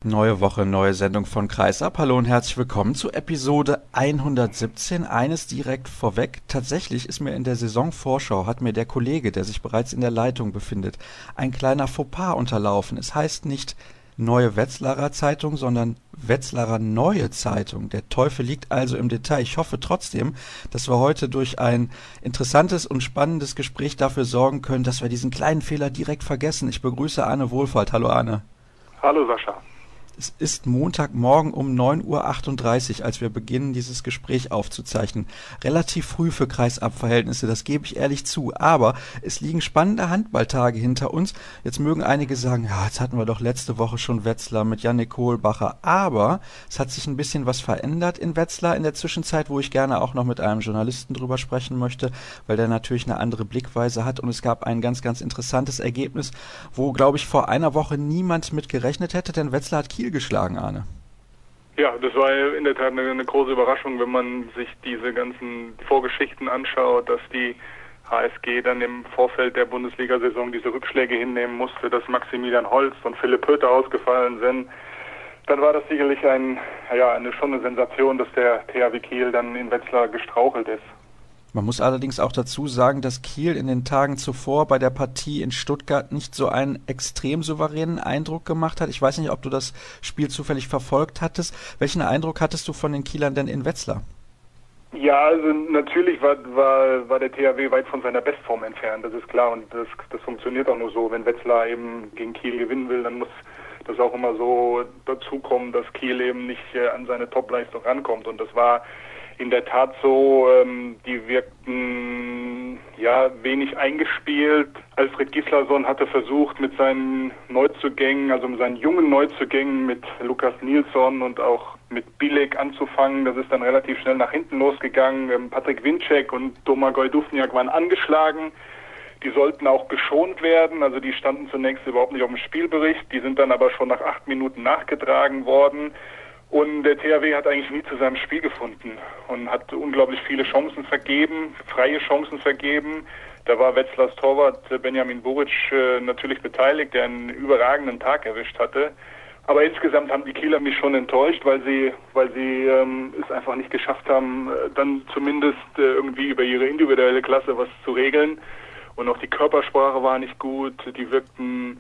Neue Woche, neue Sendung von Kreisab. Hallo und herzlich willkommen zu Episode 117. Eines direkt vorweg. Tatsächlich ist mir in der Saisonvorschau, hat mir der Kollege, der sich bereits in der Leitung befindet, ein kleiner Fauxpas unterlaufen. Es heißt nicht Neue Wetzlarer Zeitung, sondern Wetzlarer Neue Zeitung. Der Teufel liegt also im Detail. Ich hoffe trotzdem, dass wir heute durch ein interessantes und spannendes Gespräch dafür sorgen können, dass wir diesen kleinen Fehler direkt vergessen. Ich begrüße Arne Wohlfahrt. Hallo Arne. Hallo Sascha. Es ist Montagmorgen um 9:38 Uhr, als wir beginnen, dieses Gespräch aufzuzeichnen. Relativ früh für Kreisab-Verhältnisse, das gebe ich ehrlich zu. Aber es liegen spannende Handballtage hinter uns. Jetzt mögen einige sagen, ja, jetzt hatten wir doch letzte Woche schon Wetzlar mit Yannick Kohlbacher. Aber es hat sich ein bisschen was verändert in Wetzlar in der Zwischenzeit, wo ich gerne auch noch mit einem Journalisten drüber sprechen möchte, weil der natürlich eine andere Blickweise hat. Und es gab ein ganz, ganz interessantes Ergebnis, wo, glaube ich, vor einer Woche niemand mit gerechnet hätte, denn Wetzlar hat Kiel geschlagen, Arne. Ja, das war in der Tat eine große Überraschung, wenn man sich diese ganzen Vorgeschichten anschaut, dass die HSG dann im Vorfeld der Bundesliga-Saison diese Rückschläge hinnehmen musste, dass Maximilian Holst und Philipp Pöter ausgefallen sind. Dann war das sicherlich schon eine Sensation, dass der THW Kiel dann in Wetzlar gestrauchelt ist. Man muss allerdings auch dazu sagen, dass Kiel in den Tagen zuvor bei der Partie in Stuttgart nicht so einen extrem souveränen Eindruck gemacht hat. Ich weiß nicht, ob du das Spiel zufällig verfolgt hattest. Welchen Eindruck hattest du von den Kielern denn in Wetzlar? Ja, also natürlich war der THW weit von seiner Bestform entfernt, das ist klar. Und das funktioniert auch nur so. Wenn Wetzlar eben gegen Kiel gewinnen will, dann muss das auch immer so dazukommen, dass Kiel eben nicht an seine Topleistung rankommt. Und das war in der Tat so, die wirkten wenig eingespielt. Alfred Gislason hatte versucht, mit seinen Neuzugängen, also mit seinen jungen Neuzugängen, mit Lukas Nilsson und auch mit Bilek anzufangen. Das ist dann relativ schnell nach hinten losgegangen. Patrick Winczek und Domagoj Dufniak waren angeschlagen. Die sollten auch geschont werden, also die standen zunächst überhaupt nicht auf dem Spielbericht. Die sind dann aber schon nach 8 Minuten nachgetragen worden. Und der THW hat eigentlich nie zu seinem Spiel gefunden und hat unglaublich viele Chancen vergeben, freie Chancen vergeben. Da war Wetzlars Torwart Benjamin Buric natürlich beteiligt, der einen überragenden Tag erwischt hatte. Aber insgesamt haben die Kieler mich schon enttäuscht, weil sie es einfach nicht geschafft haben, dann zumindest irgendwie über ihre individuelle Klasse was zu regeln. Und auch die Körpersprache war nicht gut, die wirkten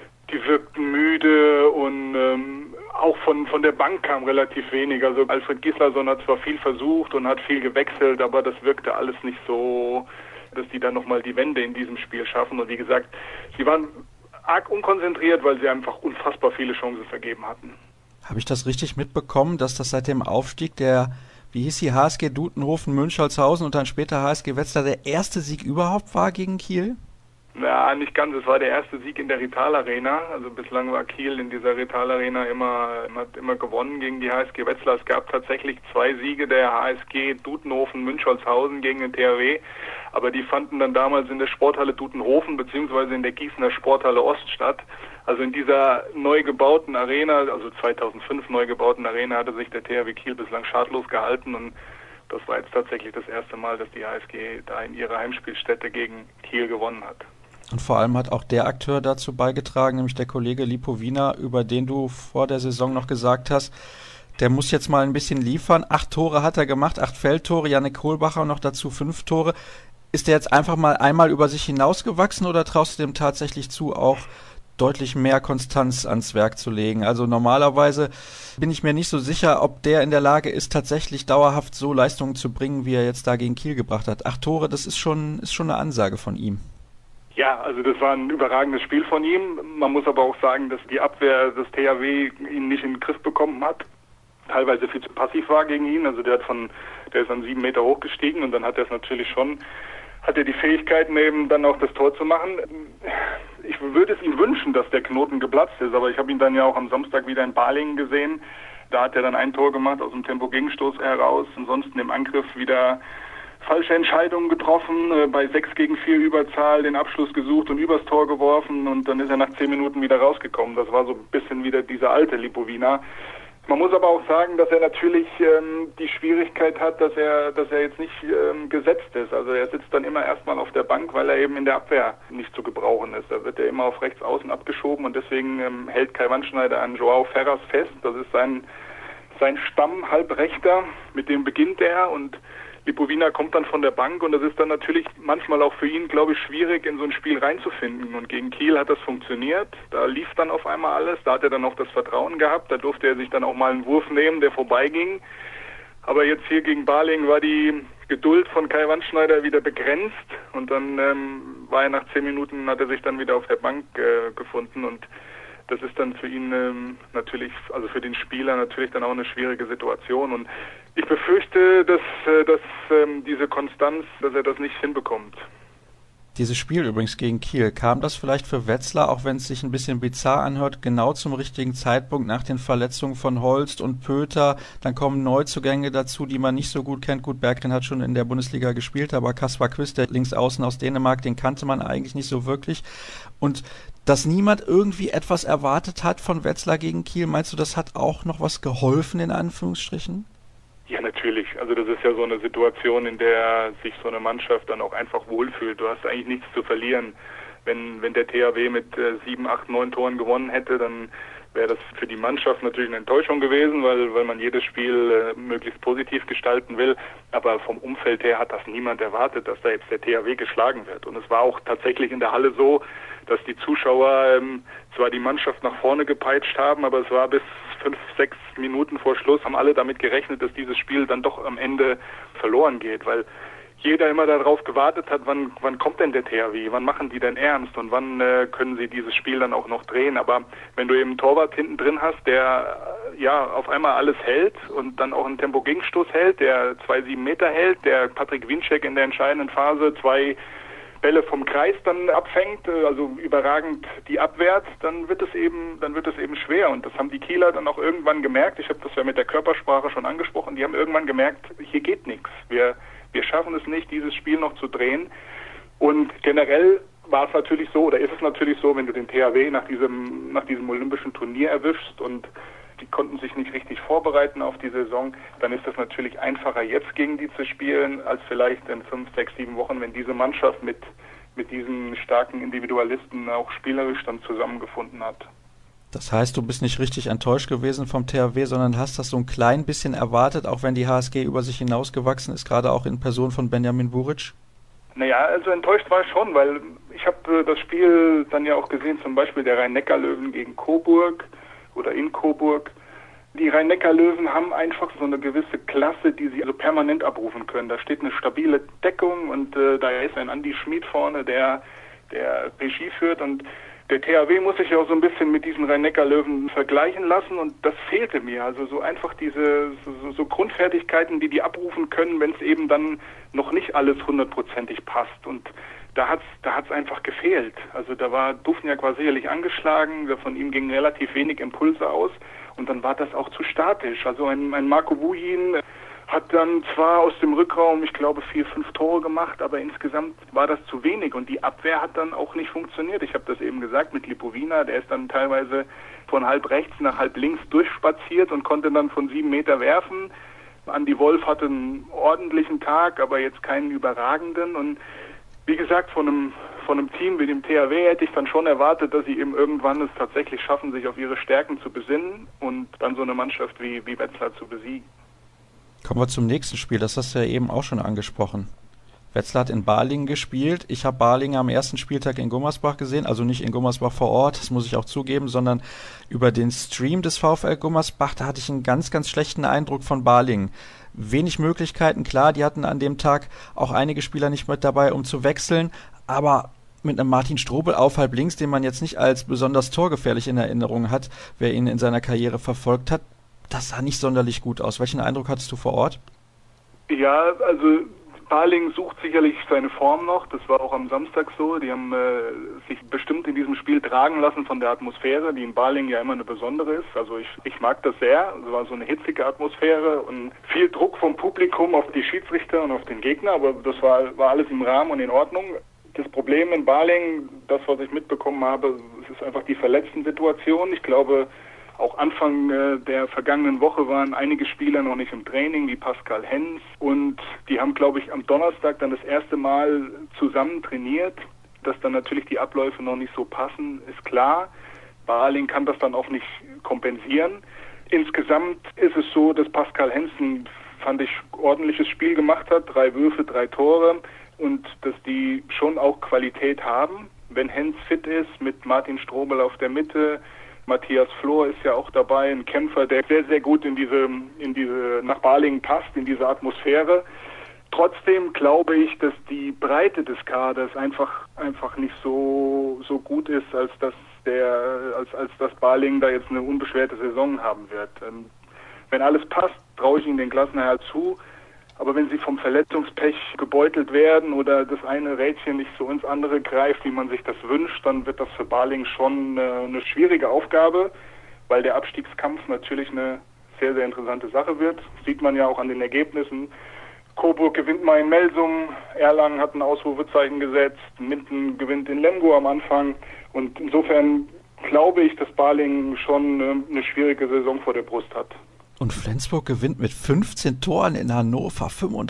müde und auch von der Bank kam relativ wenig. Also Alfred Gislason hat zwar viel versucht und hat viel gewechselt, aber das wirkte alles nicht so, dass die dann nochmal die Wende in diesem Spiel schaffen. Und wie gesagt, sie waren arg unkonzentriert, weil sie einfach unfassbar viele Chancen vergeben hatten. Habe ich das richtig mitbekommen, dass das seit dem Aufstieg der, wie hieß die, HSG Dutenhofen, Münchholzhausen und dann später HSG Wetzlar der erste Sieg überhaupt war gegen Kiel? Ja, nicht ganz. Es war der erste Sieg in der Rital Arena. Also bislang war Kiel in dieser Rital Arena hat immer gewonnen gegen die HSG Wetzlar. Es gab tatsächlich 2 Siege der HSG Dutenhofen Münchholzhausen gegen den THW. Aber die fanden dann damals in der Sporthalle Dutenhofen beziehungsweise in der Gießener Sporthalle Ost statt. Also in dieser neu gebauten Arena, also 2005 neu gebauten Arena, hatte sich der THW Kiel bislang schadlos gehalten. Und das war jetzt tatsächlich das erste Mal, dass die HSG da in ihrer Heimspielstätte gegen Kiel gewonnen hat. Und vor allem hat auch der Akteur dazu beigetragen, nämlich der Kollege Lipovina, über den du vor der Saison noch gesagt hast, der muss jetzt mal ein bisschen liefern. 8 Tore hat er gemacht, 8 Feldtore, Yannick Kohlbacher noch dazu 5 Tore. Ist der jetzt einfach mal einmal über sich hinausgewachsen oder traust du dem tatsächlich zu, auch deutlich mehr Konstanz ans Werk zu legen? Also normalerweise bin ich mir nicht so sicher, ob der in der Lage ist, tatsächlich dauerhaft so Leistungen zu bringen, wie er jetzt da gegen Kiel gebracht hat. 8 Tore, das ist schon eine Ansage von ihm. Ja, also das war ein überragendes Spiel von ihm. Man muss aber auch sagen, dass die Abwehr des THW ihn nicht in den Griff bekommen hat. Teilweise viel zu passiv war gegen ihn. Also der ist an 7 Meter hochgestiegen und dann hat er die Fähigkeiten eben dann auch das Tor zu machen. Ich würde es ihm wünschen, dass der Knoten geplatzt ist, aber ich habe ihn dann ja auch am Samstag wieder in Balingen gesehen. Da hat er dann ein Tor gemacht aus dem Tempo-Gegenstoß heraus. Ansonsten im Angriff wieder falsche Entscheidungen getroffen, bei 6-4 Überzahl den Abschluss gesucht und übers Tor geworfen und dann ist er nach 10 Minuten wieder rausgekommen. Das war so ein bisschen wieder dieser alte Lipovina. Man muss aber auch sagen, dass er natürlich die Schwierigkeit hat, dass er jetzt nicht gesetzt ist. Also er sitzt dann immer erstmal auf der Bank, weil er eben in der Abwehr nicht zu gebrauchen ist. Da wird er immer auf rechts außen abgeschoben und deswegen hält Kai Wandschneider an Joao Ferraz fest. Das ist sein Stamm, Halbrechter, mit dem beginnt er und Lipovina kommt dann von der Bank und das ist dann natürlich manchmal auch für ihn, glaube ich, schwierig, in so ein Spiel reinzufinden. Und gegen Kiel hat das funktioniert. Da lief dann auf einmal alles. Da hat er dann auch das Vertrauen gehabt. Da durfte er sich dann auch mal einen Wurf nehmen, der vorbeiging. Aber jetzt hier gegen Balingen war die Geduld von Kai Wandschneider wieder begrenzt. Und dann war er nach 10 Minuten, hat er sich dann wieder auf der Bank gefunden. Und das ist dann für ihn natürlich, also für den Spieler natürlich dann auch eine schwierige Situation. Und ich befürchte, dass diese Konstanz, dass er das nicht hinbekommt. Dieses Spiel übrigens gegen Kiel, kam das vielleicht für Wetzlar, auch wenn es sich ein bisschen bizarr anhört, genau zum richtigen Zeitpunkt nach den Verletzungen von Holst und Pöter? Dann kommen Neuzugänge dazu, die man nicht so gut kennt. Gut, Berggren hat schon in der Bundesliga gespielt, aber Kaspar Kvist, der Linksaußen aus Dänemark, den kannte man eigentlich nicht so wirklich. Und dass niemand irgendwie etwas erwartet hat von Wetzlar gegen Kiel, meinst du, das hat auch noch was geholfen, in Anführungsstrichen? Ja, natürlich. Also das ist ja so eine Situation, in der sich so eine Mannschaft dann auch einfach wohlfühlt. Du hast eigentlich nichts zu verlieren. Wenn der THW mit 7, 8, 9 Toren gewonnen hätte, dann wäre das für die Mannschaft natürlich eine Enttäuschung gewesen, weil man jedes Spiel möglichst positiv gestalten will. Aber vom Umfeld her hat das niemand erwartet, dass da jetzt der THW geschlagen wird. Und es war auch tatsächlich in der Halle so, dass die Zuschauer zwar die Mannschaft nach vorne gepeitscht haben, aber es war bis 5, 6 Minuten vor Schluss, haben alle damit gerechnet, dass dieses Spiel dann doch am Ende verloren geht, weil jeder immer darauf gewartet hat, wann kommt denn der THW, wann machen die denn ernst und wann können sie dieses Spiel dann auch noch drehen. Aber wenn du eben einen Torwart hinten drin hast, der auf einmal alles hält und dann auch einen Tempo-Gegenstoß hält, der 2,7 Meter hält, der Patrick Winczek in der entscheidenden Phase 2 Bälle vom Kreis dann abfängt, also überragend die abwehrt, dann wird es eben schwer. Und das haben die Kieler dann auch irgendwann gemerkt. Ich habe das ja mit der Körpersprache schon angesprochen. Die haben irgendwann gemerkt, hier geht nichts. Wir schaffen es nicht, dieses Spiel noch zu drehen. Und generell war es natürlich so, oder ist es natürlich so, wenn du den THW nach diesem olympischen Turnier erwischst und die konnten sich nicht richtig vorbereiten auf die Saison, dann ist es natürlich einfacher, jetzt gegen die zu spielen, als vielleicht in 5, 6, 7 Wochen, wenn diese Mannschaft mit diesen starken Individualisten auch spielerisch dann zusammengefunden hat. Das heißt, du bist nicht richtig enttäuscht gewesen vom THW, sondern hast das so ein klein bisschen erwartet, auch wenn die HSG über sich hinausgewachsen ist, gerade auch in Person von Benjamin Buric? Naja, also enttäuscht war ich schon, weil ich habe das Spiel dann ja auch gesehen, zum Beispiel der Rhein-Neckar-Löwen gegen Coburg oder in Coburg. Die Rhein-Neckar-Löwen haben einfach so eine gewisse Klasse, die sie also permanent abrufen können. Da steht eine stabile Deckung und da ist ein Andi Schmid vorne, der Regie führt, und der THW muss sich ja auch so ein bisschen mit diesen Rhein-Neckar-Löwen vergleichen lassen und das fehlte mir. Also so einfach diese so Grundfertigkeiten, die abrufen können, wenn es eben dann noch nicht alles 100%ig passt. Und da hat's einfach gefehlt. Also da war Dufniak war sicherlich angeschlagen, von ihm gingen relativ wenig Impulse aus und dann war das auch zu statisch. Also ein Marco Wujin hat dann zwar aus dem Rückraum, ich glaube, 4, 5 Tore gemacht, aber insgesamt war das zu wenig und die Abwehr hat dann auch nicht funktioniert. Ich habe das eben gesagt mit Lipovina, der ist dann teilweise von halb rechts nach halb links durchspaziert und konnte dann von 7 Meter werfen. Andi Wolf hatte einen ordentlichen Tag, aber jetzt keinen überragenden. Und wie gesagt, von einem Team wie dem THW hätte ich dann schon erwartet, dass sie eben irgendwann es tatsächlich schaffen, sich auf ihre Stärken zu besinnen und dann so eine Mannschaft wie Wetzlar zu besiegen. Kommen wir zum nächsten Spiel, das hast du ja eben auch schon angesprochen. Wetzlar hat in Balingen gespielt. Ich habe Balingen am ersten Spieltag in Gummersbach gesehen, also nicht in Gummersbach vor Ort, das muss ich auch zugeben, sondern über den Stream des VfL Gummersbach. Da hatte ich einen ganz, ganz schlechten Eindruck von Balingen. Wenig Möglichkeiten, klar, die hatten an dem Tag auch einige Spieler nicht mit dabei, um zu wechseln, aber mit einem Martin Strobel auf halb links, den man jetzt nicht als besonders torgefährlich in Erinnerung hat, wer ihn in seiner Karriere verfolgt hat, das sah nicht sonderlich gut aus. Welchen Eindruck hattest du vor Ort? Ja, also Balingen sucht sicherlich seine Form noch. Das war auch am Samstag so. Die haben sich bestimmt in diesem Spiel tragen lassen von der Atmosphäre, die in Balingen ja immer eine besondere ist. Also ich mag das sehr. Es war so eine hitzige Atmosphäre und viel Druck vom Publikum auf die Schiedsrichter und auf den Gegner. Aber das war alles im Rahmen und in Ordnung. Das Problem in Balingen, das, was ich mitbekommen habe, es ist einfach die Verletzten-Situation. Ich glaube, Auch Anfang der vergangenen Woche waren einige Spieler noch nicht im Training, wie Pascal Hens. Und die haben, glaube ich, am Donnerstag dann das erste Mal zusammen trainiert. Dass dann natürlich die Abläufe noch nicht so passen, ist klar. Baling kann das dann auch nicht kompensieren. Insgesamt ist es so, dass Pascal Hens fand ich, ordentliches Spiel gemacht hat. 3 Würfe, 3 Tore. Und dass die schon auch Qualität haben. Wenn Hens fit ist, mit Martin Strobel auf der Mitte, Matthias Flor ist ja auch dabei, ein Kämpfer, der sehr, sehr gut in diese nach Balingen passt, in diese Atmosphäre. Trotzdem glaube ich, dass die Breite des Kaders einfach nicht so gut ist, als dass Balingen da jetzt eine unbeschwerte Saison haben wird. Wenn alles passt, traue ich ihnen den Klassenerhalt zu. Aber wenn sie vom Verletzungspech gebeutelt werden oder das eine Rädchen nicht so ins andere greift, wie man sich das wünscht, dann wird das für Balingen schon eine schwierige Aufgabe, weil der Abstiegskampf natürlich eine sehr, sehr interessante Sache wird. Das sieht man ja auch an den Ergebnissen. Coburg gewinnt mal in Melsungen, Erlangen hat ein Ausrufezeichen gesetzt, Minden gewinnt in Lemgo am Anfang. Und insofern glaube ich, dass Balingen schon eine schwierige Saison vor der Brust hat. Und Flensburg gewinnt mit 15 Toren in Hannover,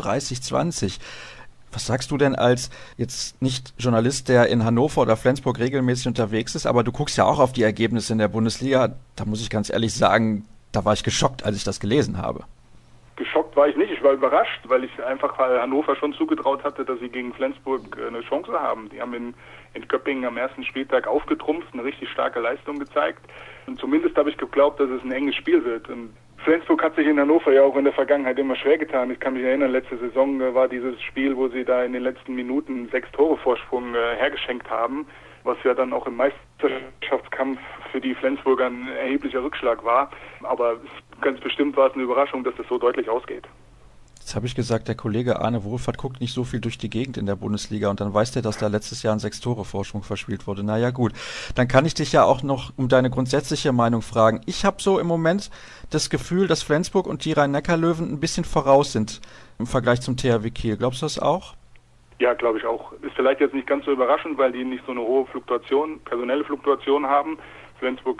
35-20. Was sagst du denn als jetzt nicht Journalist, der in Hannover oder Flensburg regelmäßig unterwegs ist, aber du guckst ja auch auf die Ergebnisse in der Bundesliga. Da muss ich ganz ehrlich sagen, da war ich geschockt, als ich das gelesen habe. Geschockt war ich nicht, ich war überrascht, weil ich einfach Hannover schon zugetraut hatte, dass sie gegen Flensburg eine Chance haben. Die haben in Köppingen am ersten Spieltag aufgetrumpft, eine richtig starke Leistung gezeigt. Und zumindest habe ich geglaubt, dass es ein enges Spiel wird. Und Flensburg hat sich in Hannover ja auch in der Vergangenheit immer schwer getan. Ich kann mich erinnern, letzte Saison war dieses Spiel, wo sie da in den letzten Minuten 6 Tore Vorsprung hergeschenkt haben, was ja dann auch im Meisterschaftskampf für die Flensburger ein erheblicher Rückschlag war. Aber ganz bestimmt war es eine Überraschung, dass das so deutlich ausgeht. Jetzt habe ich gesagt, der Kollege Arne Wohlfahrt guckt nicht so viel durch die Gegend in der Bundesliga und dann weiß der, dass da letztes Jahr ein 6-Tore-Vorsprung verspielt wurde. Naja gut, dann kann ich dich ja auch noch um deine grundsätzliche Meinung fragen. Ich habe so im Moment das Gefühl, dass Flensburg und die Rhein-Neckar-Löwen ein bisschen voraus sind im Vergleich zum THW Kiel. Glaubst du das auch? Ja, glaube ich auch. Ist vielleicht jetzt nicht ganz so überraschend, weil die nicht so eine hohe personelle Fluktuation haben. Flensburg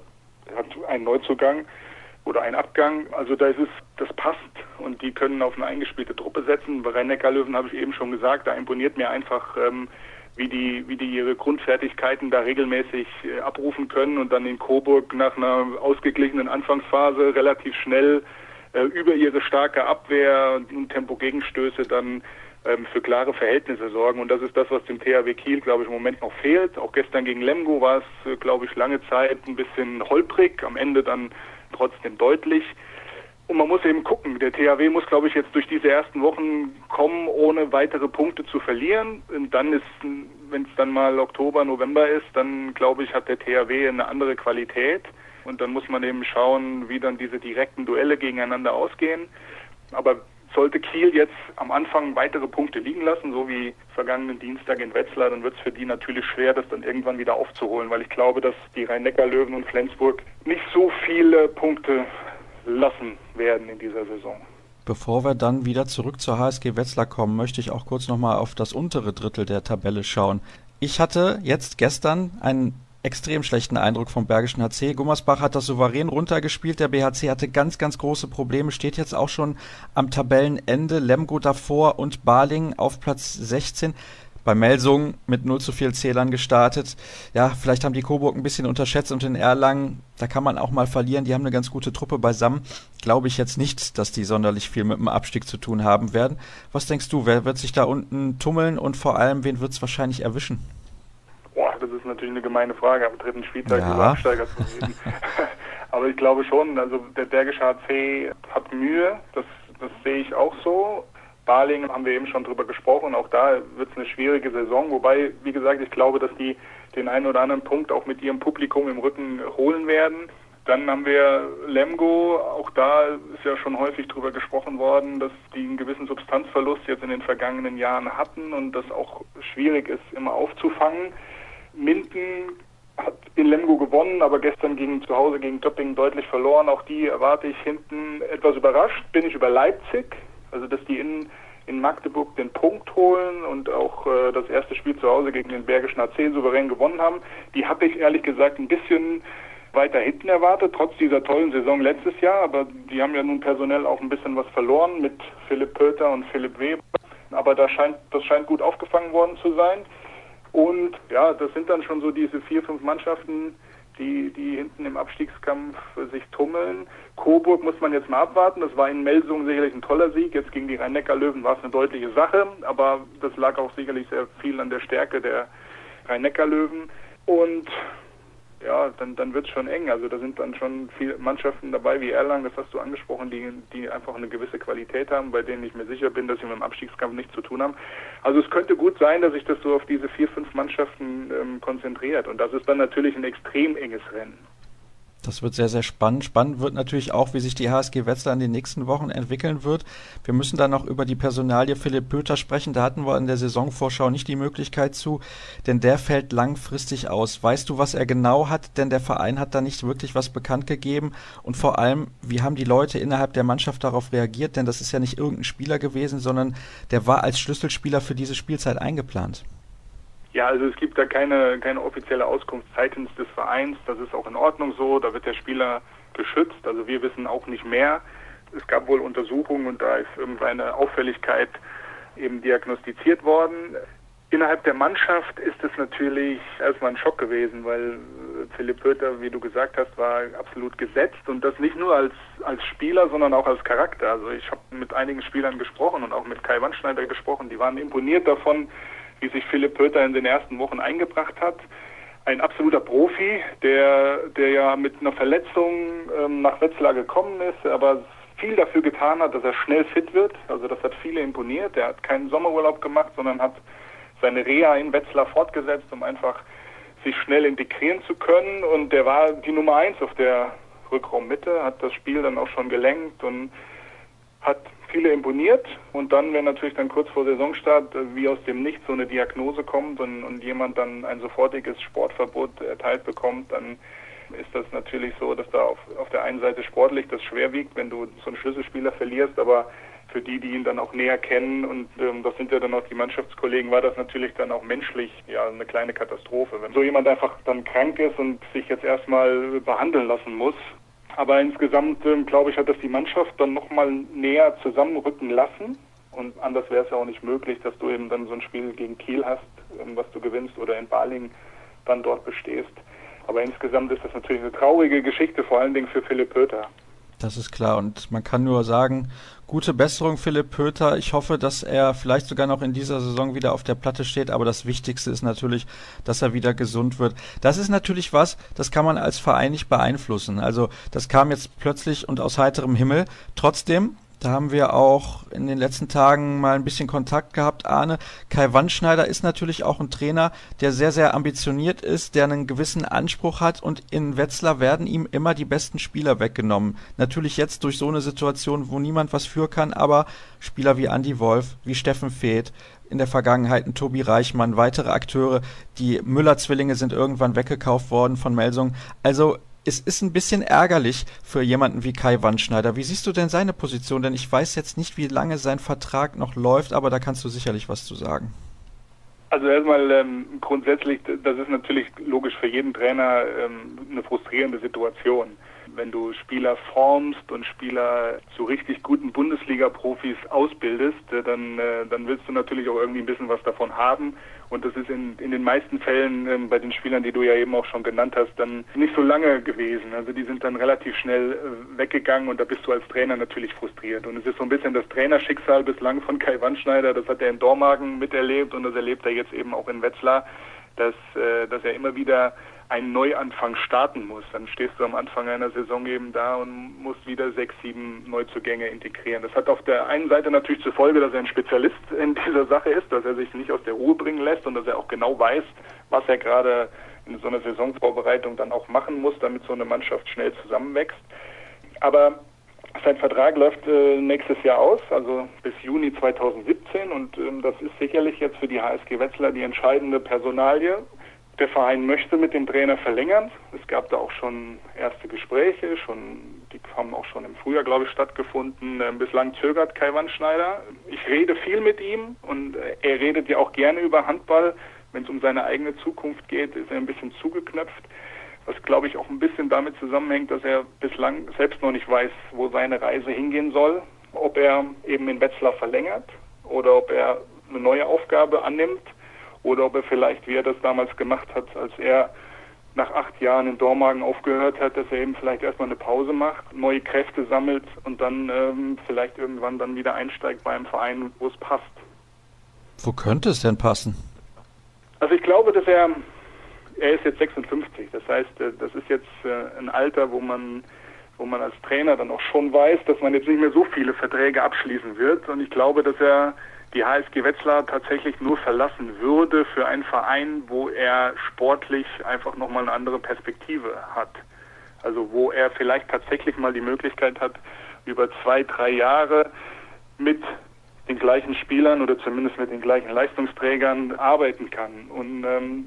hat einen Neuzugang oder einen Abgang. Also das passt und die können auf eine eingespielte Truppe setzen. Bei Rhein-Neckar-Löwen habe ich eben schon gesagt, da imponiert mir einfach, wie die ihre Grundfertigkeiten da regelmäßig abrufen können und dann in Coburg nach einer ausgeglichenen Anfangsphase relativ schnell über ihre starke Abwehr und Tempo-Gegenstöße dann für klare Verhältnisse sorgen. Und das ist das, was dem THW Kiel, glaube ich, im Moment noch fehlt. Auch gestern gegen Lemgo war es, glaube ich, lange Zeit ein bisschen holprig, am Ende dann trotzdem deutlich. Und man muss eben gucken, der THW muss, glaube ich, jetzt durch diese ersten Wochen kommen, ohne weitere Punkte zu verlieren. Und dann ist, wenn es dann mal Oktober, November ist, dann, glaube ich, hat der THW eine andere Qualität. Und dann muss man eben schauen, wie dann diese direkten Duelle gegeneinander ausgehen. Aber sollte Kiel jetzt am Anfang weitere Punkte liegen lassen, so wie vergangenen Dienstag in Wetzlar, dann wird es für die natürlich schwer, das dann irgendwann wieder aufzuholen, weil ich glaube, dass die Rhein-Neckar-Löwen und Flensburg nicht so viele Punkte lassen werden in dieser Saison. Bevor wir dann wieder zurück zur HSG Wetzlar kommen, möchte ich auch kurz nochmal auf das untere Drittel der Tabelle schauen. Ich hatte jetzt gestern einen extrem schlechten Eindruck vom Bergischen HC. Gummersbach hat das souverän runtergespielt. Der BHC hatte ganz, ganz große Probleme, steht jetzt auch schon am Tabellenende. Lemgo davor und Balingen auf Platz 16. Bei Melsungen mit 0:4 Zählern gestartet. Ja, vielleicht haben die Coburg ein bisschen unterschätzt und in Erlangen, da kann man auch mal verlieren. Die haben eine ganz gute Truppe beisammen. Glaube ich jetzt nicht, dass die sonderlich viel mit dem Abstieg zu tun haben werden. Was denkst du, wer wird sich da unten tummeln und vor allem, wen wird es wahrscheinlich erwischen? Boah, das ist natürlich eine gemeine Frage, am 3. Spieltag über Absteiger zu reden. Aber ich glaube schon, also der Bergische HC hat Mühe, das sehe ich auch so. Balingen haben wir eben schon drüber gesprochen, auch da wird es eine schwierige Saison, wobei, wie gesagt, ich glaube, dass die den einen oder anderen Punkt auch mit ihrem Publikum im Rücken holen werden. Dann haben wir Lemgo, auch da ist ja schon häufig drüber gesprochen worden, dass die einen gewissen Substanzverlust jetzt in den vergangenen Jahren hatten und das auch schwierig ist, immer aufzufangen. Minden hat in Lemgo gewonnen, aber gestern zu Hause gegen Töppingen deutlich verloren. Auch die erwarte ich hinten etwas überrascht. Bin ich über Leipzig, also dass die in Magdeburg den Punkt holen und auch das erste Spiel zu Hause gegen den Bergischen HC souverän gewonnen haben. Die habe ich ehrlich gesagt ein bisschen weiter hinten erwartet, trotz dieser tollen Saison letztes Jahr. Aber die haben ja nun personell auch ein bisschen was verloren mit Philipp Pöter und Philipp Weber. Aber das scheint gut aufgefangen worden zu sein. Und ja, das sind dann schon so diese 4, 5 Mannschaften, die hinten im Abstiegskampf sich tummeln. Coburg muss man jetzt mal abwarten. Das war in Melsungen sicherlich ein toller Sieg. Jetzt gegen die Rhein-Neckar-Löwen war es eine deutliche Sache. Aber das lag auch sicherlich sehr viel an der Stärke der Rhein-Neckar-Löwen. Und ja, dann wird es schon eng. Also da sind dann schon viele Mannschaften dabei wie Erlangen, das hast du angesprochen, die einfach eine gewisse Qualität haben, bei denen ich mir sicher bin, dass sie mit dem Abstiegskampf nichts zu tun haben. Also es könnte gut sein, dass sich das so auf diese 4, 5 Mannschaften konzentriert. Und das ist dann natürlich ein extrem enges Rennen. Das wird sehr, sehr spannend. Spannend wird natürlich auch, wie sich die HSG Wetzlar in den nächsten Wochen entwickeln wird. Wir müssen dann noch über die Personalie Philipp Pöter sprechen. Da hatten wir in der Saisonvorschau nicht die Möglichkeit zu, denn der fällt langfristig aus. Weißt du, was er genau hat? Denn der Verein hat da nicht wirklich was bekannt gegeben. Und vor allem, wie haben die Leute innerhalb der Mannschaft darauf reagiert? Denn das ist ja nicht irgendein Spieler gewesen, sondern der war als Schlüsselspieler für diese Spielzeit eingeplant. Ja, also es gibt da keine offizielle Auskunft seitens des Vereins. Das ist auch in Ordnung so. Da wird der Spieler geschützt. Also wir wissen auch nicht mehr. Es gab wohl Untersuchungen und da ist irgendeine Auffälligkeit eben diagnostiziert worden. Innerhalb der Mannschaft ist es natürlich erstmal ein Schock gewesen, weil Philipp Pöter, wie du gesagt hast, war absolut gesetzt und das nicht nur als Spieler, sondern auch als Charakter. Also ich habe mit einigen Spielern gesprochen und auch mit Kai Wandschneider gesprochen. Die waren imponiert davon, wie sich Philipp Pöter in den ersten Wochen eingebracht hat. Ein absoluter Profi, der ja mit einer Verletzung nach Wetzlar gekommen ist, aber viel dafür getan hat, dass er schnell fit wird. Also das hat viele imponiert. Er hat keinen Sommerurlaub gemacht, sondern hat seine Reha in Wetzlar fortgesetzt, um einfach sich schnell integrieren zu können. Und der war die Nummer 1 auf der Rückraummitte, hat das Spiel dann auch schon gelenkt und hat viele imponiert. Und dann, wenn natürlich dann kurz vor Saisonstart wie aus dem Nichts so eine Diagnose kommt und jemand dann ein sofortiges Sportverbot erteilt bekommt, dann ist das natürlich so, dass da auf der einen Seite sportlich das schwer wiegt, wenn du so einen Schlüsselspieler verlierst, aber für die ihn dann auch näher kennen und das sind ja dann auch die Mannschaftskollegen, war das natürlich dann auch menschlich ja eine kleine Katastrophe. Wenn so jemand einfach dann krank ist und sich jetzt erstmal behandeln lassen muss. Aber insgesamt, glaube ich, hat das die Mannschaft dann nochmal näher zusammenrücken lassen. Und anders wäre es ja auch nicht möglich, dass du eben dann so ein Spiel gegen Kiel hast, was du gewinnst, oder in Balingen dann dort bestehst. Aber insgesamt ist das natürlich eine traurige Geschichte, vor allen Dingen für Philipp Pöter. Das ist klar und man kann nur sagen, gute Besserung Philipp Pöter. Ich hoffe, dass er vielleicht sogar noch in dieser Saison wieder auf der Platte steht, aber das Wichtigste ist natürlich, dass er wieder gesund wird. Das ist natürlich was, das kann man als Verein nicht beeinflussen. Also das kam jetzt plötzlich und aus heiterem Himmel. Trotzdem, da haben wir auch in den letzten Tagen mal ein bisschen Kontakt gehabt, Arne. Kai Wandschneider ist natürlich auch ein Trainer, der sehr, sehr ambitioniert ist, der einen gewissen Anspruch hat und in Wetzlar werden ihm immer die besten Spieler weggenommen. Natürlich jetzt durch so eine Situation, wo niemand was für kann, aber Spieler wie Andi Wolf, wie Steffen Feeth, in der Vergangenheit ein Tobi Reichmann, weitere Akteure, die Müller-Zwillinge sind irgendwann weggekauft worden von Melsungen. Also es ist ein bisschen ärgerlich für jemanden wie Kai Wandschneider. Wie siehst du denn seine Position? Denn ich weiß jetzt nicht, wie lange sein Vertrag noch läuft, aber da kannst du sicherlich was zu sagen. Also erstmal grundsätzlich, das ist natürlich logisch für jeden Trainer eine frustrierende Situation. Wenn du Spieler formst und Spieler zu richtig guten Bundesliga-Profis ausbildest, dann willst du natürlich auch irgendwie ein bisschen was davon haben. Und das ist in den meisten Fällen bei den Spielern, die du ja eben auch schon genannt hast, dann nicht so lange gewesen. Also die sind dann relativ schnell weggegangen und da bist du als Trainer natürlich frustriert. Und es ist so ein bisschen das Trainerschicksal bislang von Kai Wandschneider, das hat er in Dormagen miterlebt und das erlebt er jetzt eben auch in Wetzlar, dass er immer wieder einen Neuanfang starten muss. Dann stehst du am Anfang einer Saison eben da und musst wieder 6, 7 Neuzugänge integrieren. Das hat auf der einen Seite natürlich zur Folge, dass er ein Spezialist in dieser Sache ist, dass er sich nicht aus der Ruhe bringen lässt und dass er auch genau weiß, was er gerade in so einer Saisonvorbereitung dann auch machen muss, damit so eine Mannschaft schnell zusammenwächst. Aber sein Vertrag läuft nächstes Jahr aus, also bis Juni 2017 und das ist sicherlich jetzt für die HSG Wetzlar die entscheidende Personalie. Der Verein möchte mit dem Trainer verlängern. Es gab da auch schon erste Gespräche, die haben auch schon im Frühjahr, glaube ich, stattgefunden. Bislang zögert Kai Wandschneider. Ich rede viel mit ihm und er redet ja auch gerne über Handball. Wenn es um seine eigene Zukunft geht, ist er ein bisschen zugeknöpft. was glaube ich auch ein bisschen damit zusammenhängt, dass er bislang selbst noch nicht weiß, wo seine Reise hingehen soll, ob er eben in Wetzlar verlängert oder ob er eine neue Aufgabe annimmt oder ob er vielleicht, wie er das damals gemacht hat, als er nach 8 Jahren in Dormagen aufgehört hat, dass er eben vielleicht erstmal eine Pause macht, neue Kräfte sammelt und dann vielleicht irgendwann dann wieder einsteigt bei einem Verein, wo es passt. Wo könnte es denn passen? Also ich glaube, dass er ist jetzt 56, das heißt, das ist jetzt ein Alter, wo man als Trainer dann auch schon weiß, dass man jetzt nicht mehr so viele Verträge abschließen wird, und ich glaube, dass er die HSG Wetzlar tatsächlich nur verlassen würde für einen Verein, wo er sportlich einfach nochmal eine andere Perspektive hat. Also wo er vielleicht tatsächlich mal die Möglichkeit hat, über 2-3 Jahre mit den gleichen Spielern oder zumindest mit den gleichen Leistungsträgern arbeiten kann. Und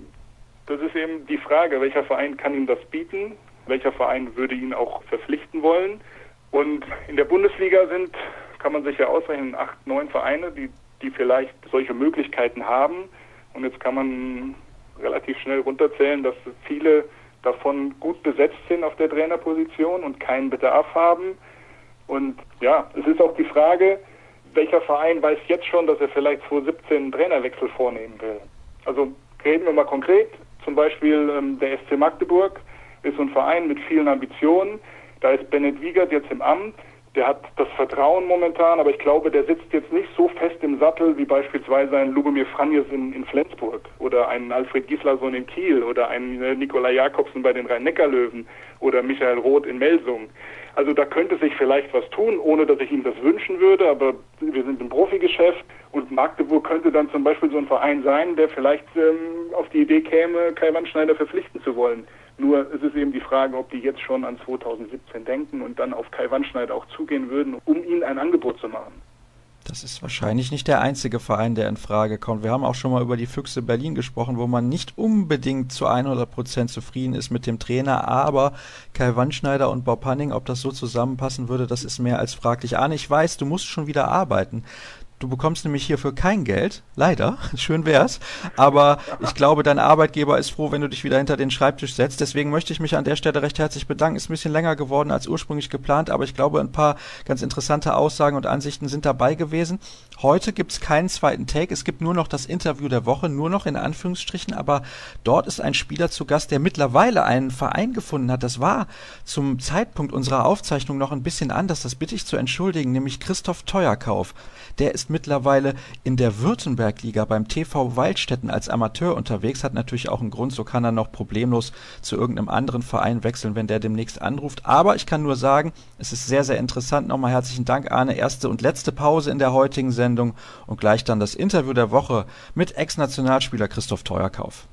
das ist eben die Frage, welcher Verein kann ihm das bieten, welcher Verein würde ihn auch verpflichten wollen. Und in der Bundesliga kann man sich ja ausrechnen, 8, 9 Vereine, die vielleicht solche Möglichkeiten haben. Und jetzt kann man relativ schnell runterzählen, dass viele davon gut besetzt sind auf der Trainerposition und keinen Bedarf haben. Und ja, es ist auch die Frage, welcher Verein weiß jetzt schon, dass er vielleicht 2017 einen Trainerwechsel vornehmen will. Also reden wir mal konkret, zum Beispiel der SC Magdeburg ist so ein Verein mit vielen Ambitionen. Da ist Bennett Wiegert jetzt im Amt. Der hat das Vertrauen momentan, aber ich glaube, der sitzt jetzt nicht so fest im Sattel wie beispielsweise ein Lubomir Franjes in Flensburg oder ein Alfred Gislason in Kiel oder ein Nikolai Jakobsen bei den Rhein-Neckar-Löwen oder Michael Roth in Melsung. Also da könnte sich vielleicht was tun, ohne dass ich ihm das wünschen würde, aber wir sind im Profigeschäft und Magdeburg könnte dann zum Beispiel so ein Verein sein, der vielleicht auf die Idee käme, Kai Wandschneider verpflichten zu wollen. Nur es ist eben die Frage, ob die jetzt schon an 2017 denken und dann auf Kai Wandschneider auch zugehen würden, um ihm ein Angebot zu machen. Das ist wahrscheinlich nicht der einzige Verein, der in Frage kommt. Wir haben auch schon mal über die Füchse Berlin gesprochen, wo man nicht unbedingt zu 100% zufrieden ist mit dem Trainer, aber Kai Wandschneider und Bob Hanning, ob das so zusammenpassen würde, das ist mehr als fraglich. Arne, ich weiß, du musst schon wieder arbeiten. Du bekommst nämlich hierfür kein Geld, leider, schön wär's, aber ich glaube, dein Arbeitgeber ist froh, wenn du dich wieder hinter den Schreibtisch setzt, deswegen möchte ich mich an der Stelle recht herzlich bedanken. Ist ein bisschen länger geworden als ursprünglich geplant, aber ich glaube, ein paar ganz interessante Aussagen und Ansichten sind dabei gewesen. Heute gibt's keinen zweiten Take, es gibt nur noch das Interview der Woche, nur noch in Anführungsstrichen, aber dort ist ein Spieler zu Gast, der mittlerweile einen Verein gefunden hat. Das war zum Zeitpunkt unserer Aufzeichnung noch ein bisschen anders, das bitte ich zu entschuldigen, nämlich Christoph Teuerkauf. Der ist mittlerweile in der Württemberg-Liga beim TV Waldstätten als Amateur unterwegs, hat natürlich auch einen Grund, so kann er noch problemlos zu irgendeinem anderen Verein wechseln, wenn der demnächst anruft. Aber ich kann nur sagen, es ist sehr, sehr interessant. Nochmal herzlichen Dank, Arne. Erste und letzte Pause in der heutigen Sendung und gleich dann das Interview der Woche mit Ex-Nationalspieler Christoph Teuerkauf.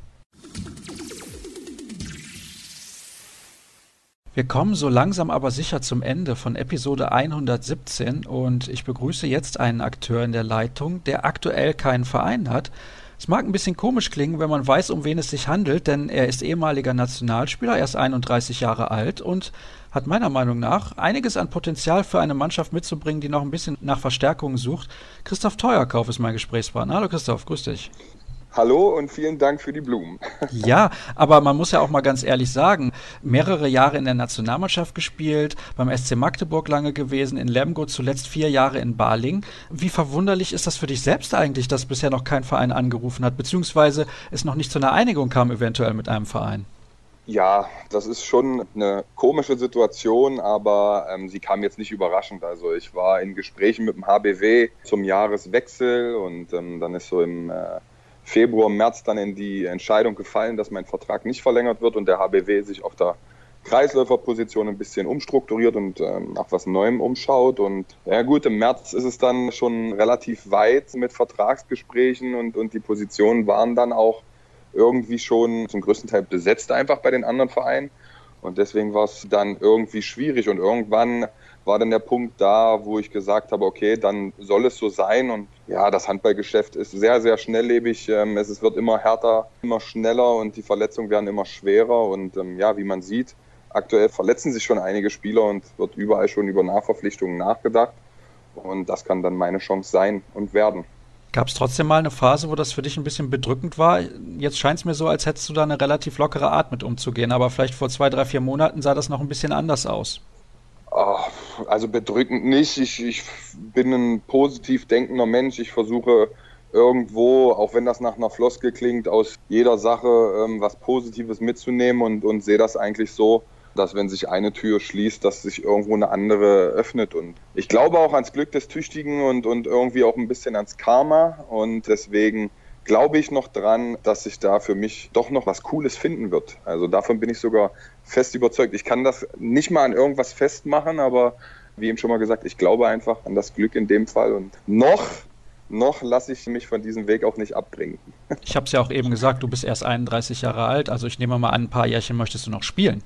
Wir kommen so langsam aber sicher zum Ende von Episode 117 und ich begrüße jetzt einen Akteur in der Leitung, der aktuell keinen Verein hat. Es mag ein bisschen komisch klingen, wenn man weiß, um wen es sich handelt, denn er ist ehemaliger Nationalspieler, er ist 31 Jahre alt und hat meiner Meinung nach einiges an Potenzial für eine Mannschaft mitzubringen, die noch ein bisschen nach Verstärkungen sucht. Christoph Teuerkauf ist mein Gesprächspartner. Hallo Christoph, grüß dich. Hallo und vielen Dank für die Blumen. Ja, aber man muss ja auch mal ganz ehrlich sagen, mehrere Jahre in der Nationalmannschaft gespielt, beim SC Magdeburg lange gewesen, in Lemgo zuletzt 4 Jahre in Balingen. Wie verwunderlich ist das für dich selbst eigentlich, dass bisher noch kein Verein angerufen hat, beziehungsweise es noch nicht zu einer Einigung kam eventuell mit einem Verein? Ja, das ist schon eine komische Situation, aber sie kam jetzt nicht überraschend. Also ich war in Gesprächen mit dem HBW zum Jahreswechsel und dann ist so im Februar, März dann in die Entscheidung gefallen, dass mein Vertrag nicht verlängert wird und der HBW sich auf der Kreisläuferposition ein bisschen umstrukturiert und nach was Neuem umschaut. Und ja gut, im März ist es dann schon relativ weit mit Vertragsgesprächen und die Positionen waren dann auch irgendwie schon zum größten Teil besetzt einfach bei den anderen Vereinen. Und deswegen war es dann irgendwie schwierig und irgendwann war dann der Punkt da, wo ich gesagt habe, okay, dann soll es so sein. Und ja, das Handballgeschäft ist sehr, sehr schnelllebig. Es wird immer härter, immer schneller und die Verletzungen werden immer schwerer. Und ja, wie man sieht, aktuell verletzen sich schon einige Spieler und wird überall schon über Nachverpflichtungen nachgedacht. Und das kann dann meine Chance sein und werden. Gab es trotzdem mal eine Phase, wo das für dich ein bisschen bedrückend war? Jetzt scheint es mir so, als hättest du da eine relativ lockere Art mit umzugehen, aber vielleicht vor 2, 3, 4 Monaten sah das noch ein bisschen anders aus. Ah, also bedrückend nicht. Ich bin ein positiv denkender Mensch. Ich versuche irgendwo, auch wenn das nach einer Floskel klingt, aus jeder Sache was Positives mitzunehmen und sehe das eigentlich so, dass wenn sich eine Tür schließt, dass sich irgendwo eine andere öffnet. Und ich glaube auch ans Glück des Tüchtigen und irgendwie auch ein bisschen ans Karma. Und deswegen glaube ich noch dran, dass sich da für mich doch noch was Cooles finden wird. Also davon bin ich sogar fest überzeugt. Ich kann das nicht mal an irgendwas festmachen, aber wie eben schon mal gesagt, ich glaube einfach an das Glück in dem Fall. Und noch lasse ich mich von diesem Weg auch nicht abbringen. Ich habe es ja auch eben gesagt, du bist erst 31 Jahre alt, also ich nehme mal an, ein paar Jährchen möchtest du noch spielen.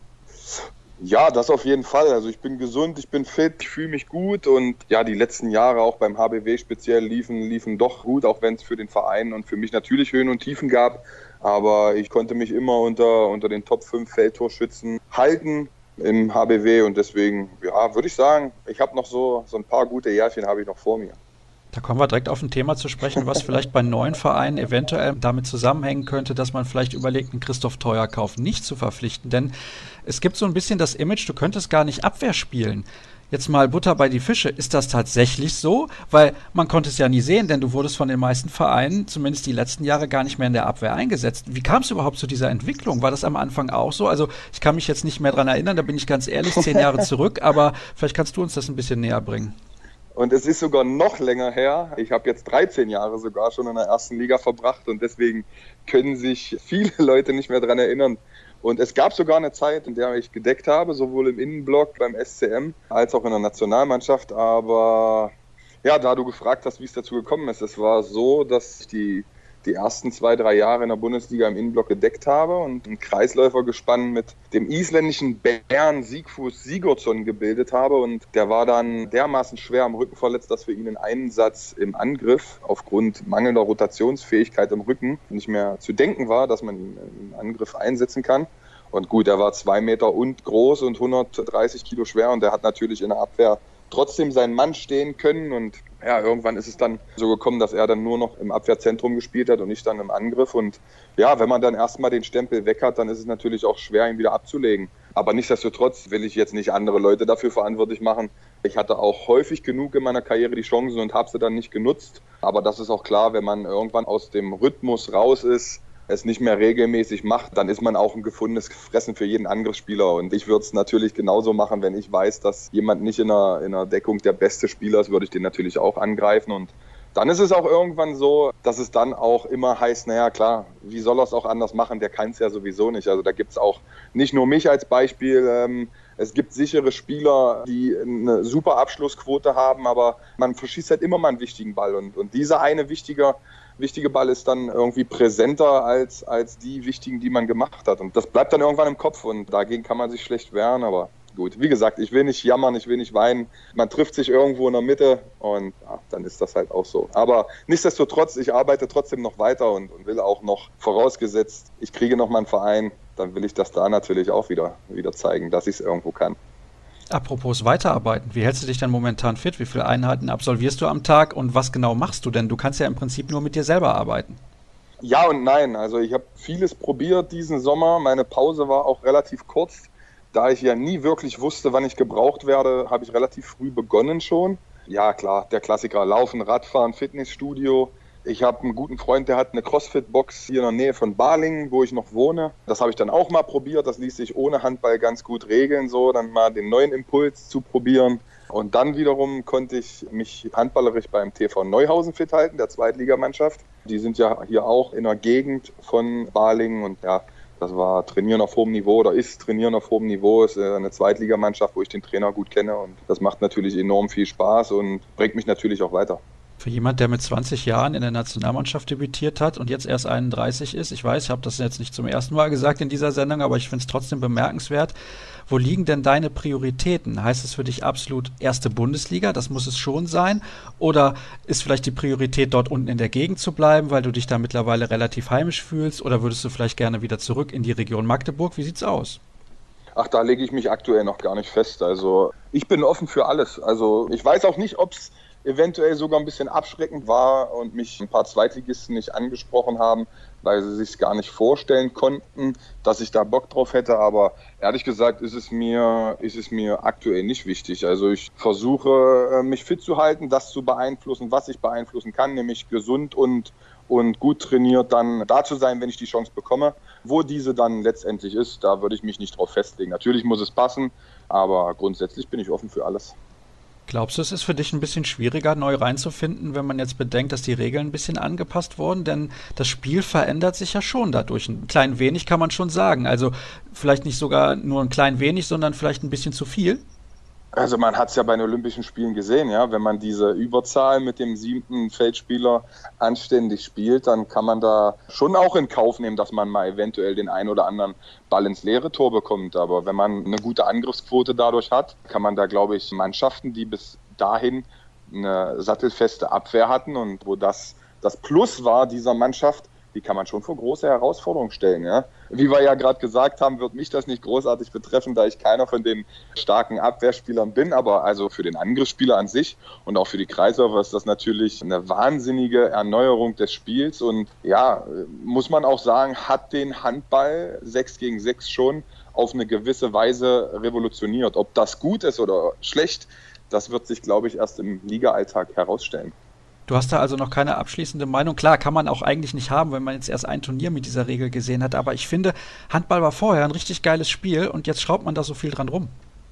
Ja, das auf jeden Fall. Also ich bin gesund, ich bin fit, ich fühle mich gut und ja, die letzten Jahre auch beim HBW speziell liefen doch gut, auch wenn es für den Verein und für mich natürlich Höhen und Tiefen gab. Aber ich konnte mich immer unter den Top 5 Feldtorschützen halten im HBW und deswegen, ja, würde ich sagen, ich habe noch so ein paar gute Jährchen habe ich noch vor mir. Da kommen wir direkt auf ein Thema zu sprechen, was vielleicht bei neuen Vereinen eventuell damit zusammenhängen könnte, dass man vielleicht überlegt, einen Christoph Theuerkauf nicht zu verpflichten. Denn es gibt so ein bisschen das Image, du könntest gar nicht Abwehr spielen. Jetzt mal Butter bei die Fische. Ist das tatsächlich so? Weil man konnte es ja nie sehen, denn du wurdest von den meisten Vereinen, zumindest die letzten Jahre, gar nicht mehr in der Abwehr eingesetzt. Wie kam es überhaupt zu dieser Entwicklung? War das am Anfang auch so? Also ich kann mich jetzt nicht mehr dran erinnern, da bin ich ganz ehrlich, 10 Jahre zurück, aber vielleicht kannst du uns das ein bisschen näher bringen. Und es ist sogar noch länger her. Ich habe jetzt 13 Jahre sogar schon in der ersten Liga verbracht und deswegen können sich viele Leute nicht mehr dran erinnern. Und es gab sogar eine Zeit, in der ich gedeckt habe, sowohl im Innenblock beim SCM als auch in der Nationalmannschaft. Aber ja, da du gefragt hast, wie es dazu gekommen ist, es war so, dass ich die ersten 2, 3 Jahre in der Bundesliga im Innenblock gedeckt habe und ein Kreisläufergespann mit dem isländischen Bären Sigfús Sigurdsson gebildet habe. Und der war dann dermaßen schwer am Rücken verletzt, dass für ihn ein Einsatz im Angriff aufgrund mangelnder Rotationsfähigkeit im Rücken nicht mehr zu denken war, dass man ihn im Angriff einsetzen kann. Und gut, er war 2 Meter und groß und 130 Kilo schwer und der hat natürlich in der Abwehr trotzdem seinen Mann stehen können und ja, irgendwann ist es dann so gekommen, dass er dann nur noch im Abwehrzentrum gespielt hat und ich dann im Angriff und ja, wenn man dann erstmal den Stempel weg hat, dann ist es natürlich auch schwer, ihn wieder abzulegen. Aber nichtsdestotrotz will ich jetzt nicht andere Leute dafür verantwortlich machen. Ich hatte auch häufig genug in meiner Karriere die Chancen und habe sie dann nicht genutzt. Aber das ist auch klar, wenn man irgendwann aus dem Rhythmus raus ist, es nicht mehr regelmäßig macht, dann ist man auch ein gefundenes Fressen für jeden Angriffsspieler. Und ich würde es natürlich genauso machen, wenn ich weiß, dass jemand nicht in einer Deckung der beste Spieler ist, würde ich den natürlich auch angreifen. Und dann ist es auch irgendwann so, dass es dann auch immer heißt, naja klar, wie soll er es auch anders machen, der kann es ja sowieso nicht. Also da gibt es auch nicht nur mich als Beispiel, es gibt sichere Spieler, die eine super Abschlussquote haben, aber man verschießt halt immer mal einen wichtigen Ball. Und dieser eine wichtige Ball ist dann irgendwie präsenter als die wichtigen, die man gemacht hat. Und das bleibt dann irgendwann im Kopf und dagegen kann man sich schlecht wehren. Aber gut, wie gesagt, ich will nicht jammern, ich will nicht weinen. Man trifft sich irgendwo in der Mitte und ja, dann ist das halt auch so. Aber nichtsdestotrotz, ich arbeite trotzdem noch weiter und will auch noch, vorausgesetzt, ich kriege noch mal einen Verein, dann will ich das da natürlich auch wieder zeigen, dass ich es irgendwo kann. Apropos weiterarbeiten, wie hältst du dich denn momentan fit? Wie viele Einheiten absolvierst du am Tag und was genau machst du denn? Du kannst ja im Prinzip nur mit dir selber arbeiten. Ja und nein, also ich habe vieles probiert diesen Sommer. Meine Pause war auch relativ kurz. Da ich ja nie wirklich wusste, wann ich gebraucht werde, habe ich relativ früh begonnen schon. Ja klar, der Klassiker, Laufen, Radfahren, Fitnessstudio. Ich habe einen guten Freund, der hat eine Crossfit-Box hier in der Nähe von Balingen, wo ich noch wohne. Das habe ich dann auch mal probiert. Das ließ sich ohne Handball ganz gut regeln, so dann mal den neuen Impuls zu probieren. Und dann wiederum konnte ich mich handballerisch beim TV Neuhausen fit halten, der Zweitligamannschaft. Die sind ja hier auch in der Gegend von Balingen und ja, das war Trainieren auf hohem Niveau oder ist Trainieren auf hohem Niveau. Ist eine Zweitligamannschaft, wo ich den Trainer gut kenne und das macht natürlich enorm viel Spaß und bringt mich natürlich auch weiter. Für jemand, der mit 20 Jahren in der Nationalmannschaft debütiert hat und jetzt erst 31 ist, ich weiß, ich habe das jetzt nicht zum ersten Mal gesagt in dieser Sendung, aber ich finde es trotzdem bemerkenswert. Wo liegen denn deine Prioritäten? Heißt es für dich absolut erste Bundesliga, das muss es schon sein? Oder ist vielleicht die Priorität, dort unten in der Gegend zu bleiben, weil du dich da mittlerweile relativ heimisch fühlst? Oder würdest du vielleicht gerne wieder zurück in die Region Magdeburg? Wie sieht's aus? Ach, da lege ich mich aktuell noch gar nicht fest. Also ich bin offen für alles. Also ich weiß auch nicht, ob es eventuell sogar ein bisschen abschreckend war und mich ein paar Zweitligisten nicht angesprochen haben, weil sie sich gar nicht vorstellen konnten, dass ich da Bock drauf hätte. Aber ehrlich gesagt ist es mir aktuell nicht wichtig. Also ich versuche, mich fit zu halten, das zu beeinflussen, was ich beeinflussen kann, nämlich gesund und gut trainiert dann da zu sein, wenn ich die Chance bekomme. Wo diese dann letztendlich ist, da würde ich mich nicht drauf festlegen. Natürlich muss es passen, aber grundsätzlich bin ich offen für alles. Glaubst du, es ist für dich ein bisschen schwieriger, neu reinzufinden, wenn man jetzt bedenkt, dass die Regeln ein bisschen angepasst wurden? Denn das Spiel verändert sich ja schon dadurch. Ein klein wenig kann man schon sagen. Also vielleicht nicht sogar nur ein klein wenig, sondern vielleicht ein bisschen zu viel? Also man hat es ja bei den Olympischen Spielen gesehen, ja, wenn man diese Überzahl mit dem 7. Feldspieler anständig spielt, dann kann man da schon auch in Kauf nehmen, dass man mal eventuell den einen oder anderen Ball ins leere Tor bekommt. Aber wenn man eine gute Angriffsquote dadurch hat, kann man da, glaube ich, Mannschaften, die bis dahin eine sattelfeste Abwehr hatten und wo das Plus war dieser Mannschaft, die kann man schon vor große Herausforderungen stellen. Ja? Wie wir ja gerade gesagt haben, wird mich das nicht großartig betreffen, da ich keiner von den starken Abwehrspielern bin. Aber also für den Angriffsspieler an sich und auch für die Kreisläufer ist das natürlich eine wahnsinnige Erneuerung des Spiels. Und ja, muss man auch sagen, hat den Handball 6 gegen 6 schon auf eine gewisse Weise revolutioniert. Ob das gut ist oder schlecht, das wird sich, glaube ich, erst im Liga-Alltag herausstellen. Du hast da also noch keine abschließende Meinung. Klar, kann man auch eigentlich nicht haben, wenn man jetzt erst ein Turnier mit dieser Regel gesehen hat. Aber ich finde, Handball war vorher ein richtig geiles Spiel und jetzt schraubt man da so viel dran rum.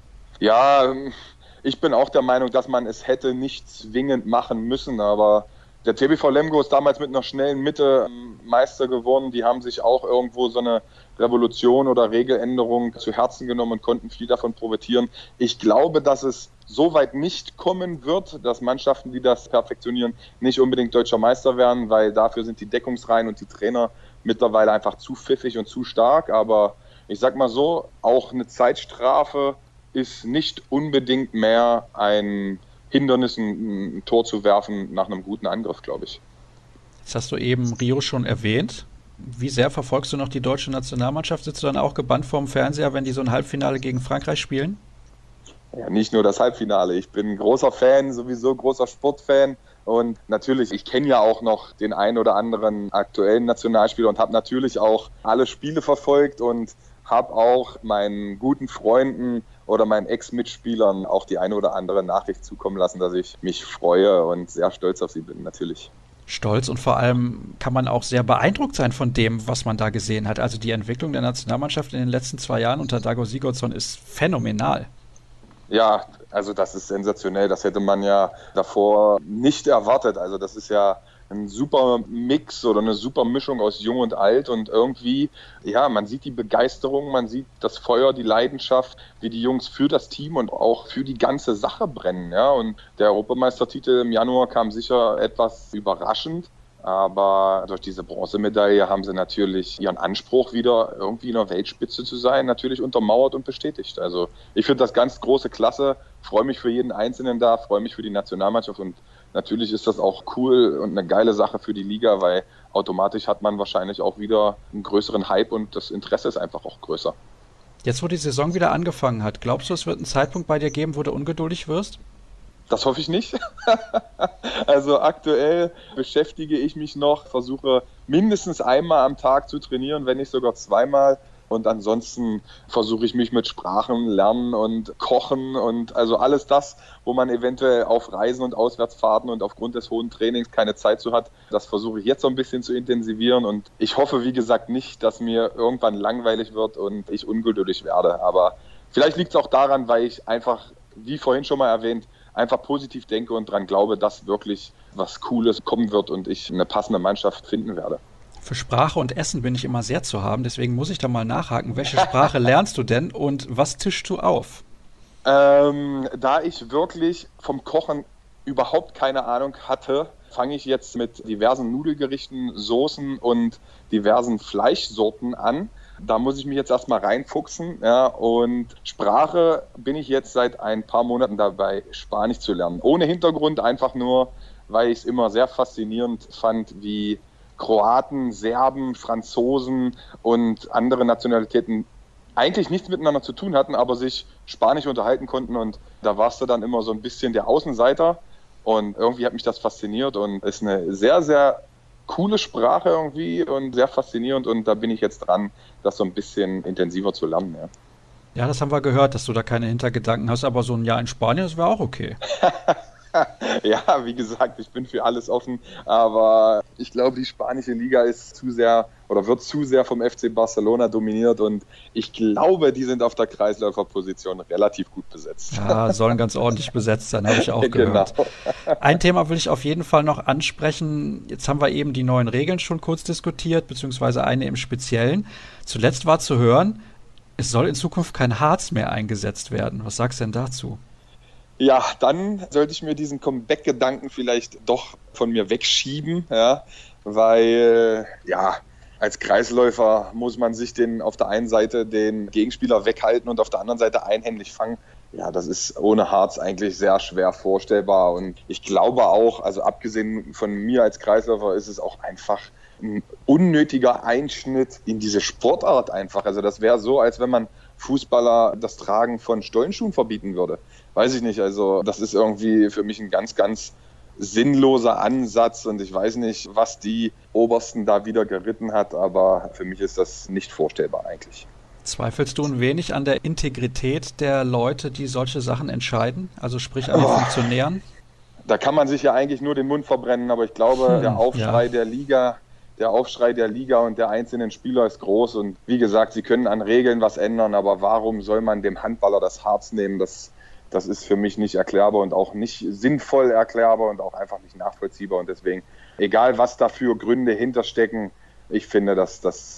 Ja, ich bin auch der Meinung, dass man es hätte nicht zwingend machen müssen. Aber der TBV Lemgo ist damals mit einer schnellen Mitte Meister geworden. Die haben sich auch irgendwo so eine Revolution oder Regeländerung zu Herzen genommen und konnten viel davon profitieren. Ich glaube, dass es so weit nicht kommen wird, dass Mannschaften, die das perfektionieren, nicht unbedingt deutscher Meister werden, weil dafür sind die Deckungsreihen und die Trainer mittlerweile einfach zu pfiffig und zu stark. Aber ich sag mal so, auch eine Zeitstrafe ist nicht unbedingt mehr ein Hindernis, ein Tor zu werfen nach einem guten Angriff, glaube ich. Jetzt hast du eben Rio schon erwähnt. Wie sehr verfolgst du noch die deutsche Nationalmannschaft? Sitzt du dann auch gebannt vorm Fernseher, wenn die so ein Halbfinale gegen Frankreich spielen? Ja, nicht nur das Halbfinale. Ich bin ein großer Fan, sowieso großer Sportfan. Und natürlich, ich kenne ja auch noch den einen oder anderen aktuellen Nationalspieler und habe natürlich auch alle Spiele verfolgt und habe auch meinen guten Freunden oder meinen Ex-Mitspielern auch die eine oder andere Nachricht zukommen lassen, dass ich mich freue und sehr stolz auf sie bin, natürlich. Stolz und vor allem kann man auch sehr beeindruckt sein von dem, was man da gesehen hat. Also die Entwicklung der Nationalmannschaft in den letzten 2 Jahren unter Dago Sigurdsson ist phänomenal. Ja, also das ist sensationell. Das hätte man ja davor nicht erwartet. Also das ist ja ein super Mix oder eine super Mischung aus Jung und Alt und irgendwie, ja, man sieht die Begeisterung, man sieht das Feuer, die Leidenschaft, wie die Jungs für das Team und auch für die ganze Sache brennen, ja. Und der Europameistertitel im Januar kam sicher etwas überraschend. Aber durch diese Bronzemedaille haben sie natürlich ihren Anspruch, wieder irgendwie in der Weltspitze zu sein, natürlich untermauert und bestätigt. Also ich finde das ganz große Klasse, freue mich für jeden Einzelnen da, freue mich für die Nationalmannschaft und natürlich ist das auch cool und eine geile Sache für die Liga, weil automatisch hat man wahrscheinlich auch wieder einen größeren Hype und das Interesse ist einfach auch größer. Jetzt, wo die Saison wieder angefangen hat, glaubst du, es wird einen Zeitpunkt bei dir geben, wo du ungeduldig wirst? Das hoffe ich nicht. Also aktuell beschäftige ich mich noch, versuche mindestens einmal am Tag zu trainieren, wenn nicht sogar zweimal. Und ansonsten versuche ich mich mit Sprachen lernen und Kochen und also alles das, wo man eventuell auf Reisen und Auswärtsfahrten und aufgrund des hohen Trainings keine Zeit zu hat, das versuche ich jetzt so ein bisschen zu intensivieren. Und ich hoffe, wie gesagt, nicht, dass mir irgendwann langweilig wird und ich ungeduldig werde. Aber vielleicht liegt es auch daran, weil ich einfach, wie vorhin schon mal erwähnt, einfach positiv denke und daran glaube, dass wirklich was Cooles kommen wird und ich eine passende Mannschaft finden werde. Für Sprache und Essen bin ich immer sehr zu haben, deswegen muss ich da mal nachhaken. Welche Sprache lernst du denn und was tischst du auf? Da ich wirklich vom Kochen überhaupt keine Ahnung hatte, fange ich jetzt mit diversen Nudelgerichten, Soßen und diversen Fleischsorten an. Da muss ich mich jetzt erstmal reinfuchsen. Ja, und Sprache bin ich jetzt seit ein paar Monaten dabei, Spanisch zu lernen. Ohne Hintergrund, einfach nur, weil ich es immer sehr faszinierend fand, wie Kroaten, Serben, Franzosen und andere Nationalitäten eigentlich nichts miteinander zu tun hatten, aber sich Spanisch unterhalten konnten. Und da warst du dann immer so ein bisschen der Außenseiter. Und irgendwie hat mich das fasziniert und ist eine sehr, sehr coole Sprache irgendwie und sehr faszinierend. Und da bin ich jetzt dran, das so ein bisschen intensiver zu lernen. Ja. Ja, das haben wir gehört, dass du da keine Hintergedanken hast, aber so ein Jahr in Spanien, das wäre auch okay. Ja, wie gesagt, ich bin für alles offen, aber ich glaube, die spanische Liga ist zu sehr oder wird zu sehr vom FC Barcelona dominiert und ich glaube, die sind auf der Kreisläuferposition relativ gut besetzt. Ja, sollen ganz ordentlich besetzt sein, habe ich auch gehört. Genau. Ein Thema will ich auf jeden Fall noch ansprechen. Jetzt haben wir eben die neuen Regeln schon kurz diskutiert, beziehungsweise eine im Speziellen. Zuletzt war zu hören, es soll in Zukunft kein Harz mehr eingesetzt werden. Was sagst du denn dazu? Ja, dann sollte ich mir diesen Comeback-Gedanken vielleicht doch von mir wegschieben, ja, weil, ja, als Kreisläufer muss man sich auf der einen Seite den Gegenspieler weghalten und auf der anderen Seite einhändig fangen. Ja, das ist ohne Harz eigentlich sehr schwer vorstellbar und ich glaube auch, also abgesehen von mir als Kreisläufer, ist es auch einfach ein unnötiger Einschnitt in diese Sportart einfach. Also das wäre so, als wenn man Fußballer das Tragen von Stollenschuhen verbieten würde. Weiß ich nicht, also das ist irgendwie für mich ein ganz, ganz sinnloser Ansatz und ich weiß nicht, was die Obersten da wieder geritten hat, aber für mich ist das nicht vorstellbar eigentlich. Zweifelst du ein wenig an der Integrität der Leute, die solche Sachen entscheiden? Also sprich an Funktionären? Da kann man sich ja eigentlich nur den Mund verbrennen, aber ich glaube, der Aufschrei der Liga und der einzelnen Spieler ist groß und wie gesagt, sie können an Regeln was ändern, aber warum soll man dem Handballer das Harz nehmen? Das ist für mich nicht erklärbar und auch nicht sinnvoll erklärbar und auch einfach nicht nachvollziehbar und deswegen, egal was da für Gründe hinterstecken, ich finde, das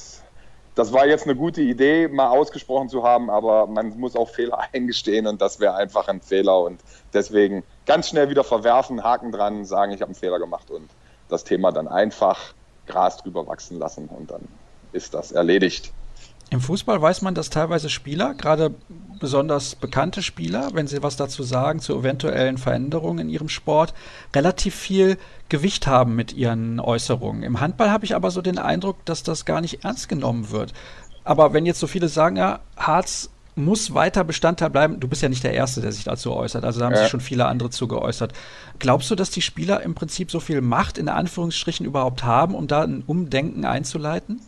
war jetzt eine gute Idee, mal ausgesprochen zu haben, aber man muss auch Fehler eingestehen und das wäre einfach ein Fehler und deswegen ganz schnell wieder verwerfen, Haken dran, sagen, ich habe einen Fehler gemacht und das Thema dann einfach Gras drüber wachsen lassen und dann ist das erledigt. Im Fußball weiß man, dass teilweise Spieler, gerade besonders bekannte Spieler, wenn sie was dazu sagen, zu eventuellen Veränderungen in ihrem Sport, relativ viel Gewicht haben mit ihren Äußerungen. Im Handball habe ich aber so den Eindruck, dass das gar nicht ernst genommen wird. Aber wenn jetzt so viele sagen, ja, Harz muss weiter Bestandteil bleiben, du bist ja nicht der Erste, der sich dazu äußert, also da haben sich schon viele andere zu geäußert. Glaubst du, dass die Spieler im Prinzip so viel Macht in Anführungsstrichen überhaupt haben, um da ein Umdenken einzuleiten?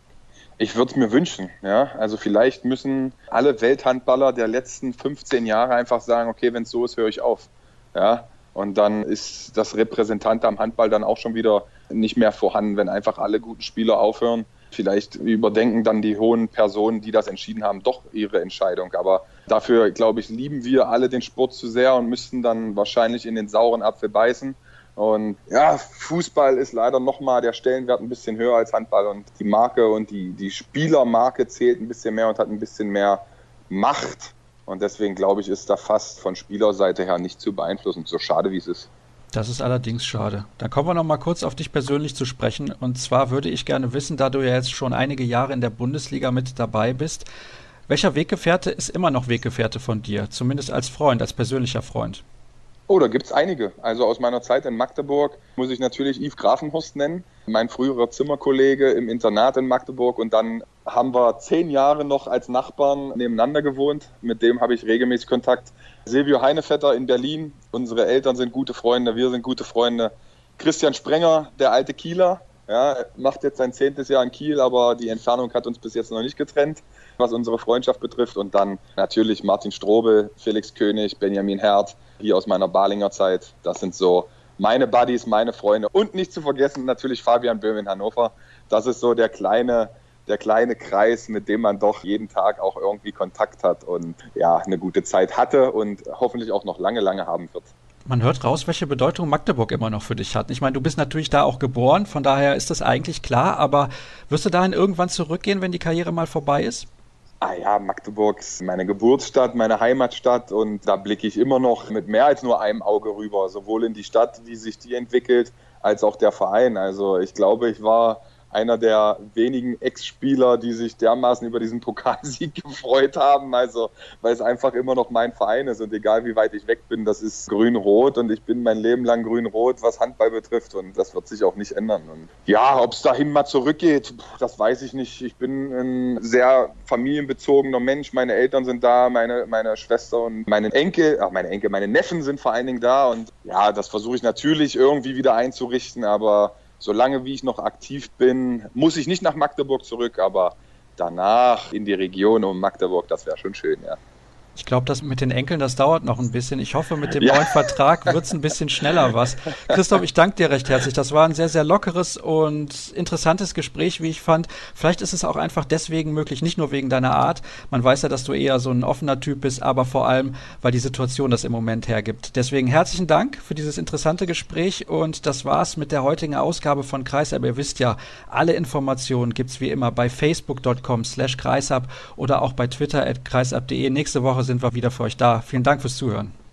Ich würde es mir wünschen, ja. Also vielleicht müssen alle Welthandballer der letzten 15 Jahre einfach sagen, okay, wenn es so ist, höre ich auf. Ja. Und dann ist das Repräsentant am Handball dann auch schon wieder nicht mehr vorhanden, wenn einfach alle guten Spieler aufhören. Vielleicht überdenken dann die hohen Personen, die das entschieden haben, doch ihre Entscheidung. Aber dafür, glaube ich, lieben wir alle den Sport zu sehr und müssten dann wahrscheinlich in den sauren Apfel beißen. Und ja, Fußball ist leider nochmal der Stellenwert ein bisschen höher als Handball und die Marke und die Spielermarke zählt ein bisschen mehr und hat ein bisschen mehr Macht. Und deswegen glaube ich, ist da fast von Spielerseite her nicht zu beeinflussen, so schade wie es ist. Das ist allerdings schade. Dann kommen wir noch mal kurz auf dich persönlich zu sprechen. Und zwar würde ich gerne wissen, da du ja jetzt schon einige Jahre in der Bundesliga mit dabei bist, welcher Weggefährte ist immer noch Weggefährte von dir? Zumindest als Freund, als persönlicher Freund. Oh, da gibt's einige. Also aus meiner Zeit in Magdeburg muss ich natürlich Yves Grafenhorst nennen, mein früherer Zimmerkollege im Internat in Magdeburg. Und dann haben wir 10 Jahre noch als Nachbarn nebeneinander gewohnt. Mit dem habe ich regelmäßig Kontakt. Silvio Heinevetter in Berlin. Unsere Eltern sind gute Freunde, wir sind gute Freunde. Christian Sprenger, der alte Kieler, ja, macht jetzt sein 10. Jahr in Kiel, aber die Entfernung hat uns bis jetzt noch nicht getrennt, was unsere Freundschaft betrifft. Und dann natürlich Martin Strobel, Felix König, Benjamin Herd, hier aus meiner Balinger Zeit. Das sind so meine Buddies, meine Freunde. Und nicht zu vergessen natürlich Fabian Böhm in Hannover. Das ist so der kleine Kreis, mit dem man doch jeden Tag auch irgendwie Kontakt hat und ja, eine gute Zeit hatte und hoffentlich auch noch lange, lange haben wird. Man hört raus, welche Bedeutung Magdeburg immer noch für dich hat. Ich meine, du bist natürlich da auch geboren, von daher ist das eigentlich klar, aber wirst du dahin irgendwann zurückgehen, wenn die Karriere mal vorbei ist? Ah ja, Magdeburg ist meine Geburtsstadt, meine Heimatstadt und da blicke ich immer noch mit mehr als nur einem Auge rüber, sowohl in die Stadt, wie sich die entwickelt, als auch der Verein. Also ich glaube, ich war einer der wenigen Ex-Spieler, die sich dermaßen über diesen Pokalsieg gefreut haben, also weil es einfach immer noch mein Verein ist und egal wie weit ich weg bin, das ist grün-rot und ich bin mein Leben lang grün-rot, was Handball betrifft und das wird sich auch nicht ändern. Und ja, ob es dahin mal zurückgeht, das weiß ich nicht. Ich bin ein sehr familienbezogener Mensch, meine Eltern sind da, meine Schwester und meine Neffen sind vor allen Dingen da und ja, das versuche ich natürlich irgendwie wieder einzurichten, aber solange wie ich noch aktiv bin, muss ich nicht nach Magdeburg zurück, aber danach in die Region um Magdeburg, das wäre schon schön, ja. Ich glaube, das mit den Enkeln, das dauert noch ein bisschen. Ich hoffe, mit dem neuen Vertrag wird es ein bisschen schneller was. Christoph, ich danke dir recht herzlich. Das war ein sehr, sehr lockeres und interessantes Gespräch, wie ich fand. Vielleicht ist es auch einfach deswegen möglich, nicht nur wegen deiner Art. Man weiß ja, dass du eher so ein offener Typ bist, aber vor allem, weil die Situation das im Moment hergibt. Deswegen herzlichen Dank für dieses interessante Gespräch und das war's mit der heutigen Ausgabe von Kreisab. Ihr wisst ja, alle Informationen gibt's wie immer bei facebook.com/kreisab oder auch bei Twitter @kreisab.de. Nächste Woche sind wir wieder für euch da. Vielen Dank fürs Zuhören.